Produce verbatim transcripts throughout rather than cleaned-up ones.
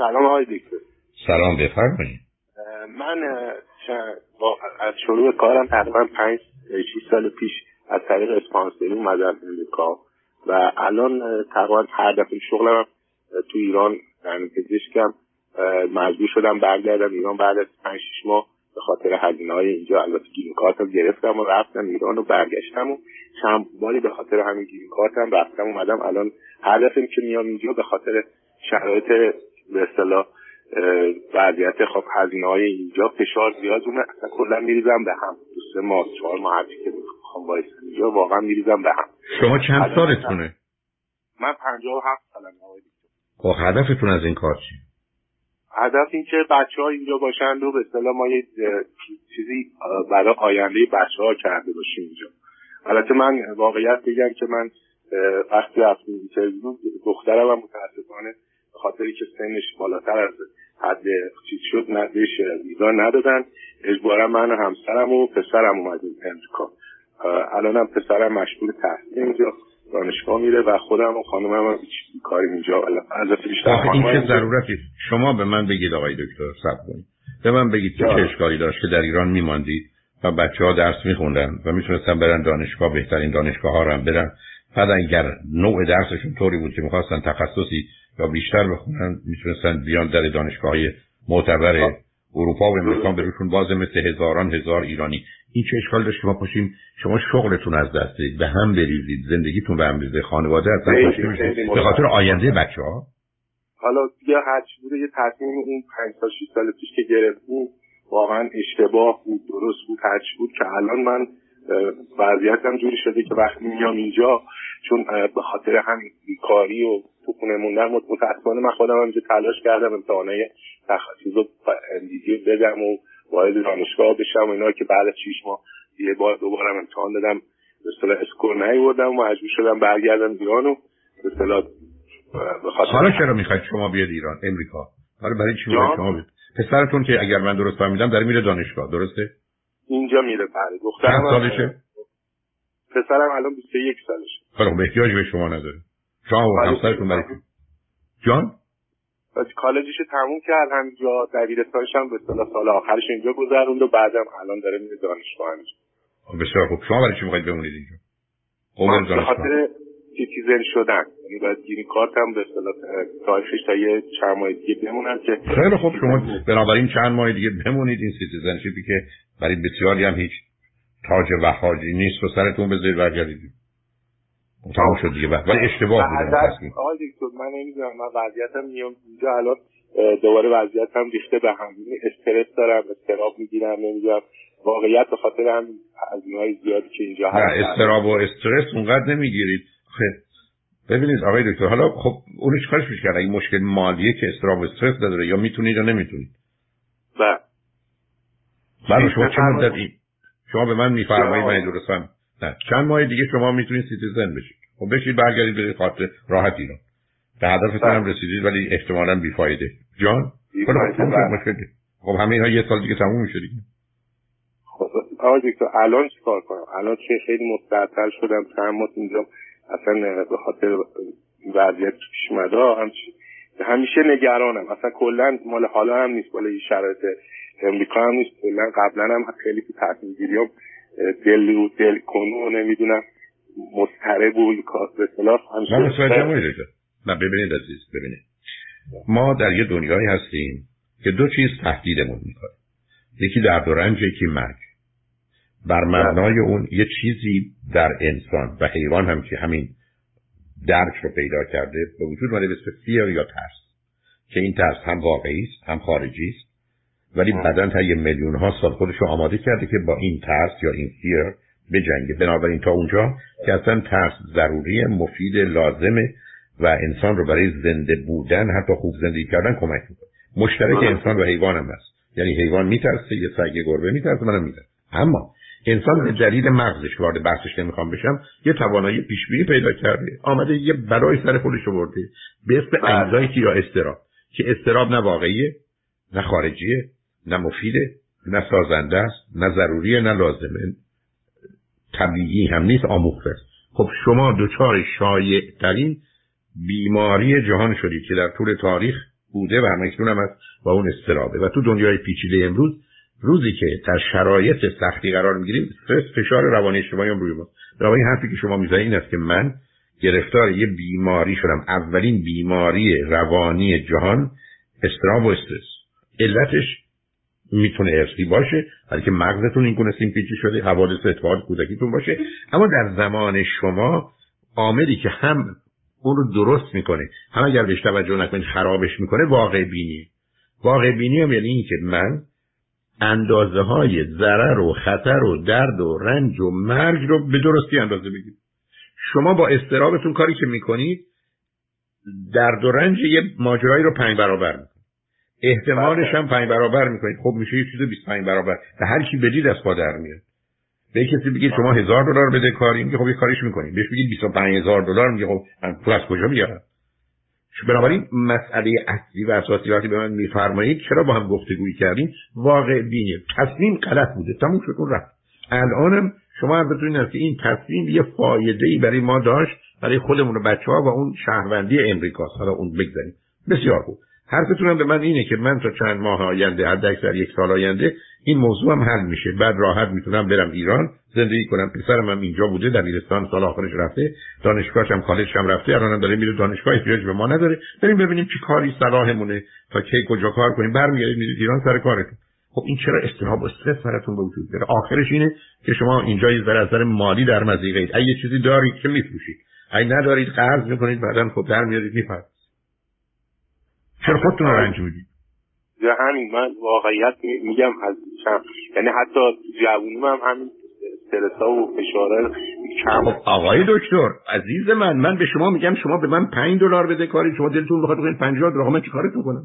سلام آقای دکتر. سلام، بفرمایید. من از شروع کارم تقریبا پنج شش سال پیش از طریق اسپانسری اومدم امریکا و الان تقریبا هر دفعه شغلم تو ایران یعنی پزشکم مجبور شدم برگردم ایران بعد از پنج شش ماه به خاطر هزینه‌های اینجا. البته گرین کارتم گرفتم و رفتم ایران و برگشتم و چند باری به خاطر همین گرین کارتم رفتم اومدم. الان هر دفعه که میام اینجا به خاطر شرایط به اصطلاح وضعیت خب هزینه‌های اینجا فشار زیاد اومد، اصلا کلا میریزم به هم. دو سه ماه چهار ماه هرچی که میخوام وایسم اینجا واقعا میریزم به هم. شما چند سالتونه؟ من پنجاه و هفت سالمه. خب هدفتون از این کار چیه؟ هدف این که بچه‌ها اینجا باشن و به اصطلاح ما یه چیزی برای آینده بچه‌ها کرده باشیم اینجا. البته من واقعیت بگم که من وقتی رفتم اینترویو دخترم هم متأسفانه به خاطری که سنش بالاتر از حد چیز شد ندش ویزا ندادن، اجبارا من و همسرم و پسرم اومدیم امریکا. الانم پسرم مشغول تحصیل اینجا دانشگاه میره و خودم و خانمم هم هیچ کاری اینجا البته بیشتر این چه ضرورتی؟ شما به من بگید آقای دکتر صبر کنید. به من بگید که چه اشکالی داشت که در ایران میماندید و بچه‌ها درس میخوندن و میتونستن برن دانشگاه، بهترین دانشگاه ها رو هم برن. بعد اگر نوع درسشون طوری بود که میخواستن تخصصی یا بیشتر بخونن میتونستن بیان در دانشگاه‌های معتبر اروپا و امریکا بهشون باز مثل هزاران هزار ایرانی. این چه اشکال داشت که ما پاشیم شما شغلتون از دست بدید، به هم بریزید، زندگیتون به هم بریزه، خانواده اصلا کشته بشه به خاطر آینده بچه‌ها؟ حالا یا هر چی بوده یه تصمیم اون پنج تا شش سال پیش که گرفتیم واقعا اشتباه بود، درست بود، هر چی بود که الان من وضعیتم جوری شده که وقتی میام اینجا چون به خاطر همین بیکاری و تو خونه موندن متأسفانه من خودم هم اینجا تلاش کردم امتحانای تخصصی رو انگلیسی بدم و وارد دانشگاه بشم و اینا که بعد از شش ماه یه بار دوباره امتحان دادم به اصطلاح اسکور نیاوردم و مجبور شدم برگردم ایران و به اصطلاح حالا چرا میخواید شما بیاد ایران امریکا؟ حالا برای چی میخواید شما بیاد؟ پسرتون که اگر من درست فهمیدم داره میره دانشگاه، درسته؟ اینجا میره. بله دخترم سالشه؟ پسرم الان بیست و یک سالشه. خب احتیاجی به شما نداره. شما و همسرتون برای چی؟ جان؟ بس کالجش تموم کرد همینجا، دبیرستانش هم به اصطلاح سال آخرش اینجا گذروند و بعدم الان داره میره دانشگاه اینجا. بسیار خوب. شما برای چی میخواید بمونید اینجا؟ خب به خاطر سیتیزن شدن، یعنی باید گرین کارت هم به اصطلاح تاریخش تا یه چند ماه دیگه بمونم که خیلی خوب. شما بنابراین چند ماه دیگه بمونید. این سیتیزنشیپی که برای بسیاری هم هیچ تاج وقاجی نیست و سرتون بذارید برگردید. تمام شد دیگه. ولی اشتباه بوده. آقای دکتر من نمیدونم، من وضعیتم میام اینجا الان دوباره وضعیتم ریخته به هم، استرس دارم، استراب میگیرم، نمیدونم واقعیت به خاطر هم هزینه‌های زیادی که اینجا هست. نه استراب و استرس اونقدر نمیگیرید. خب ببینید آقای دکتر، حالا خب اون چه کارش میشه؟ اگه مشکل مالیه که استراب و استرس نداره یا میتونید یا نمیتونید؟ بله. بعد شما چه مدتی شما به من میفرمایید من درستم؟ نه چند ماه دیگه شما میتونید سیتیزن بشید. خب بشید برگردید به خاطر راحت ایران. به هدفتون هم رسیدید ولی احتمالاً بیفایده. جان؟ خب همه اینا یه سال دیگه تموم میشه دیگه. خب آقای دکتر الان چیکار کنم؟ الان که خیلی مستعجل شدم چند ماه اینجا اصلا به خاطر وضعیت پیش اومده همیشه نگرانم. اصلا کلا مال حالا هم نیست، مال این شرایط امریکا هم نیست، کلا قبلا هم خیلی تو تصمیم گیریام دل و دل کنو نمیدونم مضطرب و به اصطلاح همیشه. نه متوجه میشید. نه ببینید عزیز، ببینید ما در یه دنیایی هستیم که دو چیز تهدیدمون میکنه. یکی درد و رنج، یکی مرگ. بر معنای اون یه چیزی در انسان و حیوان هم که همین درک رو پیدا کرده به وجود اومده به اسم فیر یا ترس، که این ترس هم واقعی است هم خارجی است، ولی بدن تا یه میلیون ها سال خودش رو آماده کرده که با این ترس یا این فیر بجنگه. بنابراین تا اونجا که اصلا ترس ضروری، مفید، لازمه و انسان رو برای زنده بودن حتی خوب زندگی کردن کمک میکنه. مشترک انسان و حیوان هم هست. یعنی حیوان میترسه، یه سگ گربه میترسه، منم میترسم. اما انسان به دلیل مغزش وارد بحثش نمیخوام بشم یه توانایی پیشبینی پیدا کرده، آمده یه بلای سر خودش آورده به اسم انزایتی یا اضطراب، که اضطراب نه واقعیه، نه خارجیه، نه مفیده، نه سازنده است، نه ضروریه، نه لازمه، طبیعی هم نیست، آموخته است. خب شما دوچار شایع ترین بیماری جهان شدید که در طول تاریخ بوده و همکنون هم هست با اون استرابه. و تو دنیای پیچیده امروز، روزی که در شرایط سختی قرار میگیریم، استرس، فشار روانی اجتماعی هم روی ما. برای حرفی که شما میزنید این است که من گرفتار یه بیماری شدم، اولین بیماری روانی جهان، استراب و استرس. علتش میتونه ارثی باشه، بلکه مغزتون این گونه سیمپیچی شده، حوادث اتفاقات کودکیتون باشه، اما در زمان شما عاملی که هم اون رو درست میکنه، هم اگر بهش توجه نکنید خرابش میکنه، واقع بینی. واقع بینی هم یعنی این که من اندازه های ضرر و خطر و درد و رنج و مرگ رو به درستی اندازه بگیرید. شما با استرابتون کاری که میکنید، درد و رنج یه ماجرایی رو پنج برابر میکنید، احتمالش هم پنج برابر میکنید. خب میشه یه چیز بیست و پنج برابر. به هر کی بدید از پا در میاد. به کسی بگید شما هزار دلار بده کاری، میگه خب یه کاریش میکنید. بهش بگید بیست و پنج هزار دلار، میگه خب من پول از کجا بیارم؟ بنابراین مسئله اصلی و اساسی وقتی به من میفرمایید چرا با هم گفتگویی کردیم، واقع بینی. تصمیم غلط بوده، تموم شد اون رفت. الانم شما هم بتونید است که این تصمیم یه فایده‌ای برای ما داشت، برای خودمون و بچه‌ها و اون شهروندی امریکاست. حالا اون بگذاریم. بسیار خوب. حرفتونم به من اینه که من تا چند ماه آینده، حداکثر یک سال آینده، این موضوع هم حل میشه. بعد راحت میتونم برم ایران زندگی کنم. پسرم هم اینجا بوده، دبیرستان سال آخرش رفته، دانشگاهش هم کالجش هم رفته، الانم داره میره دانشگاه، احتیاج به ما نداره. بریم ببینیم چی کاری صلاحمونه تا کی کجا کار کنیم. برمیگردید میرید ایران سر کارتون. خب این چرا استراب و استرس براتون به وجود میاره؟ آخرش اینه که شما اینجا یه ذره از نظر مالی در مضیقه‌اید. اگه چیزی دارید که میفروشید، اگه ندارید قرض میکنید، بعدن خب در میارید میپرید. چرا خودتون رو رنج میدید؟ همین من واقعیت میگم از چند، یعنی حتی جوونیم هم همین استرس‌ها و فشارها کم. خب آقای دکتر عزیز من، من به شما میگم شما به من پنج دلار بده کاری، شما دلتون بخواد بگید پنجاه دلار، من چیکارتون کنم؟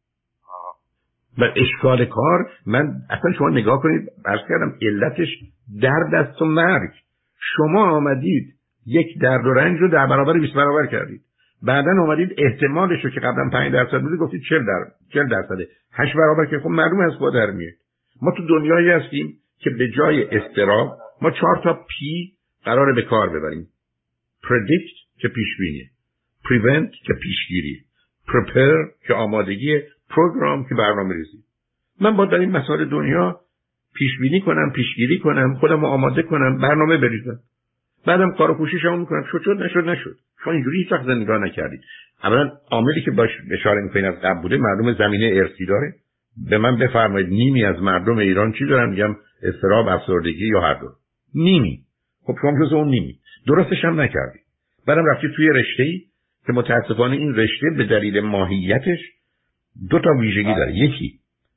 و اشکال کار، من اصلا شما نگاه کنید، عرض کردم علتش درد است و مرگ. شما آمدید یک درد و رنج رو در برابر بیست برابر کردید، بعدن اومدید احتمالش رو که قبلا پنج درصد بوده گفتید چهل درصد چهل درصده، هشت برابر که خب معلومه از خود در میاد. ما تو دنیایی هستیم که به جای استراب ما چهار تا پی قراره به کار ببریم. predict که پیش بینی، prevent که پیشگیری، prepare که آمادگی، program که برنامه‌ریزی. من باید در این مسائل دنیا پیش بینی کنم، پیشگیری کنم، خودم رو آماده کنم، برنامه بریزم. بعدم کار و کوششمو میکنم. شد شد نشد نشد. شما اینجوری هیچ وقت نگاه نکردید. اولا عاملی که باش اشاره میکنین از قبل بوده، معلومه زمینه ارثی داره. به من بفرمایید نیمی از مردم ایران چی دارن؟ میگم استراب، افسردگی یا هر دو. نیمی. خب شما جز اون نیمی. درستش هم نکردید. بعدم رفتید توی رشته‌ای که متاسفانه این رشته به دلیل ماهیتش دو تا ویژگی داره. یکی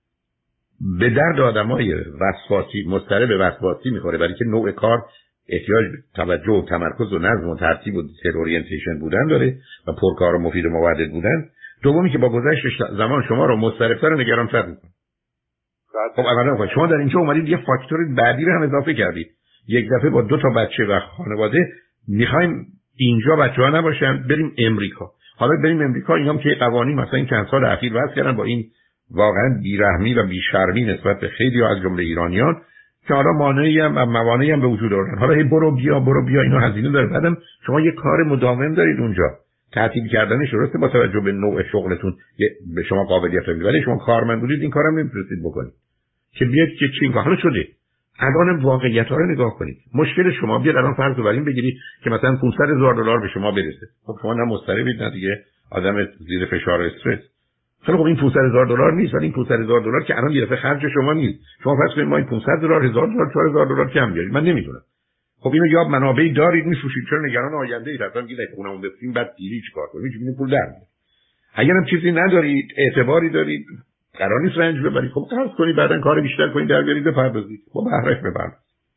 به درد آدمای وسواسی، مضطرب وسواسی میخوره، برای که نوع کار احتیاج به توجه و تمرکز و نظم و ترتیب و دیتیل اورینتیشن بودن داره و پرکار و مفید و مودد بودن. دومی که با گذشت زمان شما رو مضطرب‌تر و نگران‌تر میکنه. خب اولا شما در اینجا اومدید یه فاکتور بعدی رو هم اضافه کردید. یک دفعه با دو تا بچه و خانواده میخوایم اینجا بچه‌ها نباشن، بریم امریکا. حالا بریم امریکا، اینام که قوانین مثلا این چند سال اخیر وضع کردن با این واقعا بیرحمی و بیشرمی نسبت به خیلی از جمله ایرانیان که حالا مانعی هم و موانعی هم به وجود آوردن. حالا هی برو بیا برو بیا اینا هزینه داره. بعدم شما یه کار مداوم دارید اونجا، تعطیل کردنش درسته با توجه به نوع شغلتون به شما قابلیت میده، ولی شما کارمند بودید این کارم نمیتونید بکنید که بیاد که چی حالا شده. الان واقعیت‌ها رو نگاه کنید. مشکل شما بیاد الان فرض رو بریم بگیرید که مثلا پانصد هزار دلار به شما برسه. خب شما نه مضطربید نه دیگه آدم زیر فشار و استرس. خیلی خب این پانصد هزار دلار نیست، ولی این پانصد هزار دلار که الان یه دفعه خرج شما نیست. شما فرض کنید ما این پانصد دلار، هزار دلار، چهار هزار دلار کم بیارید. من نمیدونم. خب اینو یا منابعی دارید میفروشید، چرا نگران آینده اید؟ اصلا میگید خونمون بفروشیم بعد دیری چیکار کنیم؟ هیچ پول در میاد. اگرم چیزی ندارید، اعتباری دارید، قرار نیست رنج ببرید، خب قرض کنید، بعدن کار بیشتر کنید، در بیارید بپردازید. با بهرهش ببرید.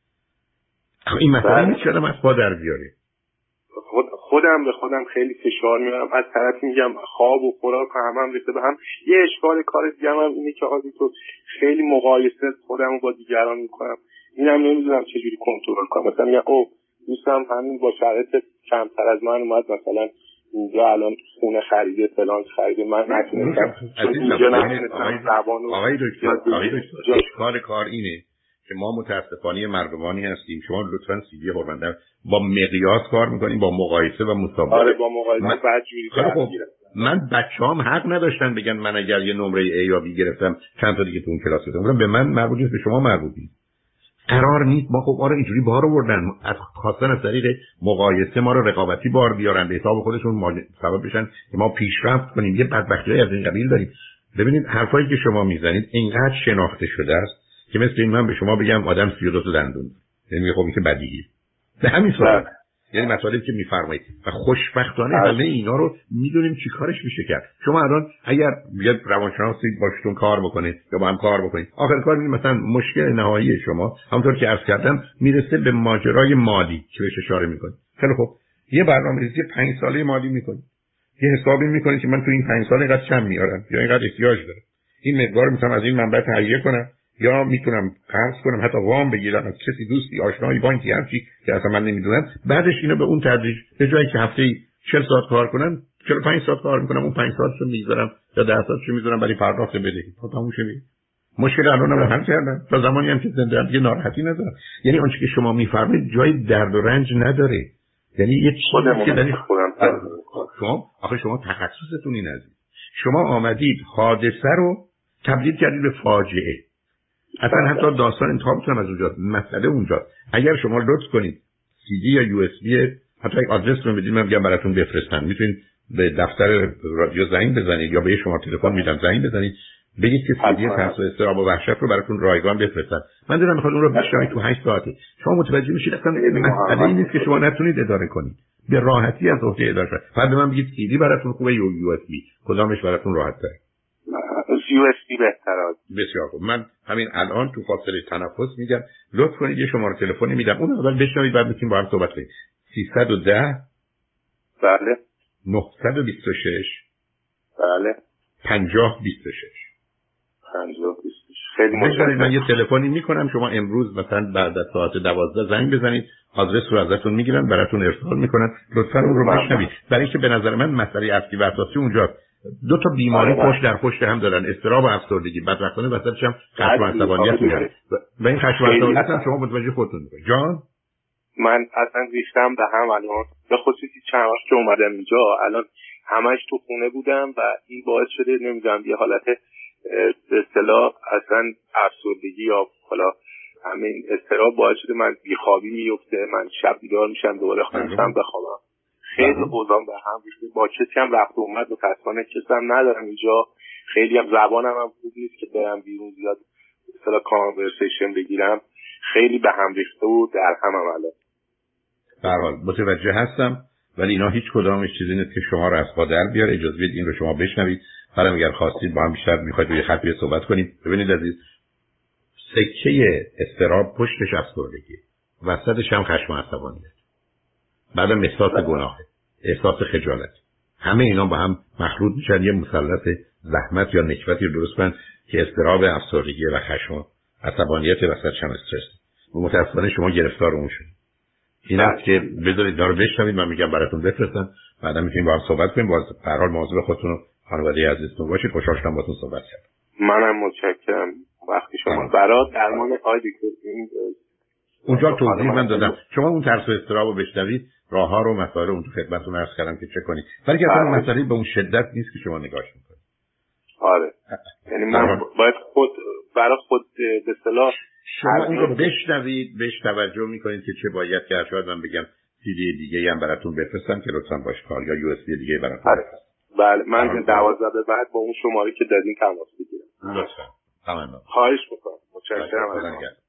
این مسئله نیست چرا از پا در بیارید. خود خودم به خودم خیلی فشار میارم. از طرفی میگم خواب و خوراک هم هم ریخته به هم. یه اشکال کار دیگه هم اینه که آقا تو خیلی مقایسه خودم با دیگران میکنم. اینم نمیدونم چجوری کنترل کنم. مثلا میگم او دوستم همین با شرایط کمتر از من اومد مثلا اینجا الان خونه خریده، فلان خریده، من نتونستم. اینجا نتونستم زبانو. آقای دکتر آقای دکتر اشکال کار اینه که ما متاسفانه مردمانی هستیم. شما لطفاً سیدی هرمندم با مقیاس کار میکنیم، با مقایسه و مسابقه. آره با مقایسه بعد جوری خب من بچه‌هام حق نداشتن بگن من اگر یه نمره A یا B گرفتم چند تا دیگه تو اون کلاس گرفتم. به من مربوط نیست، به شما مربوط نیست. قرار نیست ما خب ما رو اینجوری بار آوردن، از خواستن از طریق مقایسه ما رو رقابتی بار بیارن، به حساب خودشون سبب بشن که ما پیشرفت کنیم. یه بدبختی‌های از این قبیل داریم. ببینید حرفایی که شما میزنید اینقدر شناخته شده است که مثل این من به شما بگم آدم سی و دو تا دندون داره. یعنی خب این که بدیهیه. به همین صورت یعنی مطالبی که میفرمایید و خوشبختانه همه اینا رو میدونیم چی کارش میشه کرد. شما الان اگر یه روانشناسی باشتون کار بکنه یا با هم کار بکنید، آخر کار میبینید مثلا مشکل نهایی شما همونطور که عرض کردم میرسه به ماجرای مالی که بهش اشاره میکنید. خیلی خب یه برنامه‌ریزی پنج ساله مالی میکنید، یه حسابی میکنید که من تو این پنج سال اینقدر چند میارم یا اینقدر احتیاج دارم، این مقدار میتونم از این منبع تهیه کنم یا میتونم قرض کنم، حتی وام بگیرم از کسی دوستی آشنایی بانکی هر چی که اصلا من نمیدونم. بعدش اینو به اون تدریج به جایی که هفته‌ای چهل ساعت کار کنم چهل و پنج ساعت کار میکنم، اون پنج ساعتشو میذارم یا ده ساعتشو میذارم برای پرداخت بدهی. خب تموم شد. مشکل الانم حل کردم. تا زمانی هم که زنده ام دیگه ناراحتی ندارم. یعنی آنچه که شما میفرمایید جای درد و رنج نداره. یعنی یه چیزی که در شما آخه شما تخصصتون این عزیز، شما آمدید حادثه رو تبدیل کردید به فاجعه. اصلا حتی داستان انتخاب میتونم از اونجا، مسئله اونجا. اگر شما لطف کنید سی دی یا یو اس بی حتی یک آدرس رو بدید من میگم براتون بفرستن، میتونید به دفتر رادیو زنگ بزنید یا به یه شماره تلفن میدم زنگ بزنید بگید که سی دی ترس و اضطراب و وحشت رو براتون رایگان بفرستن. من دارم میخوام اون رو بشنوید تو هشت ساعته. شما متوجه میشید اصلا مسئله این نیست که شما نتونید اداره کنید. به راحتی از عهده اداره کنید. بعد به من بگید سی دی براتون خوبه یا یو اس بی، کدامش براتون راحت تره؟ یو اس بی بهتره. بسیار خوب. من همین الان تو فاصله تنفس میگم لطف کنید یه شماره تلفنی میدم، اون اول بشنوید بعد میتونیم با هم صحبت کنیم. سیصد و ده بله نهصد و بیست و شش بله پنجاه بیست و شش پنجاه بیست و شش. خیلی متشکرم. من یه تلفنی میکنم شما امروز مثلا بعد از ساعت دوازده زنگ بزنید، آدرس رو ازتون میگیرن براتون ارسال میکنن، لطفا اون رو بشنوید. برای اینکه به نظر من مسئله اصلی و اساسی اونجاست. دو تا بیماری پشت در پشت هم دارن، اضطراب و افسردگی. بدبختانه وسطش هم خشم و عصبانیت میاد و این خشم و عصبانیت هم شما متوجه خودتون میکنید. جان من اصلا ریختم به هم الان، به خصوصی چند وقت که اومدم اینجا الان همش تو خونه بودم و این باعث شده نمیدونم یه حالت به اصطلاح اصلا افسردگی یا حالا همین اضطراب باعث شده من بیخوابی میفته، من شب بیدار میشم دوباره خواستم بخوابم. خیلی اوضاع به هم ریخته. با کسی هم رفت اومد متأسفانه کسی هم ندارم اینجا، خیلی هم زبانم هم خوب نیست که برم بیرون زیاد مثلا کانورسیشن بگیرم، خیلی به هم ریخته و در هم الان. به هر حال متوجه هستم ولی اینا هیچ کدامش چیزی نیست که شما رو از پا در بیاره. اجازه بدید این رو شما بشنوید، بعدم اگر خواستید با هم بیشتر میخواید روی خط صحبت کنیم. ببینید عزیز، سکه اضطراب پشتش افسردگی، وسطش هم خشم و عصبانیت، بعدم احساس گناه، احساس خجالت، همه اینا با هم مخلوط میشن یه مثلث زحمت یا نکبتی رو درست کنن که اضطراب، افسردگی و خشم و عصبانیت وسطش هم استرس. و متأسفانه شما گرفتار اون شدید. این است که بذارید دارو بشنوید، من میگم براتون بفرستن، بعدا میتونیم با هم صحبت کنیم. باز به هر حال مواظب خودتون و خانواده عزیزتون باشید. خوشحال شدم باهاتون صحبت کردم. منم متشکرم وقتی شما برای درمان آی دکتر این اونجا توضیح من دادم. شما اون ترس و اضطراب رو بشنوید، راه‌ها رو مسائل اون تو خدمتتون عرض کردم که چه کنید. ولی که اصلا مسئله به اون شدت نیست که شما نگاهش میکنید. آره. یعنی ما باید خود برای خود به اصطلاح شما اون رو بشنوید، بهش توجه میکنید که چه باید کرد. شاید من بگم سی دی دیگه هم براتون بفرستم که لطفاً باش کار یا یو اس بی دیگه براتون بفرستم. بله من دوازده به بعد با اون شماره که دادین تماس بگیرم. لطفاً. تمام. خواهش میکنم. متشکرم.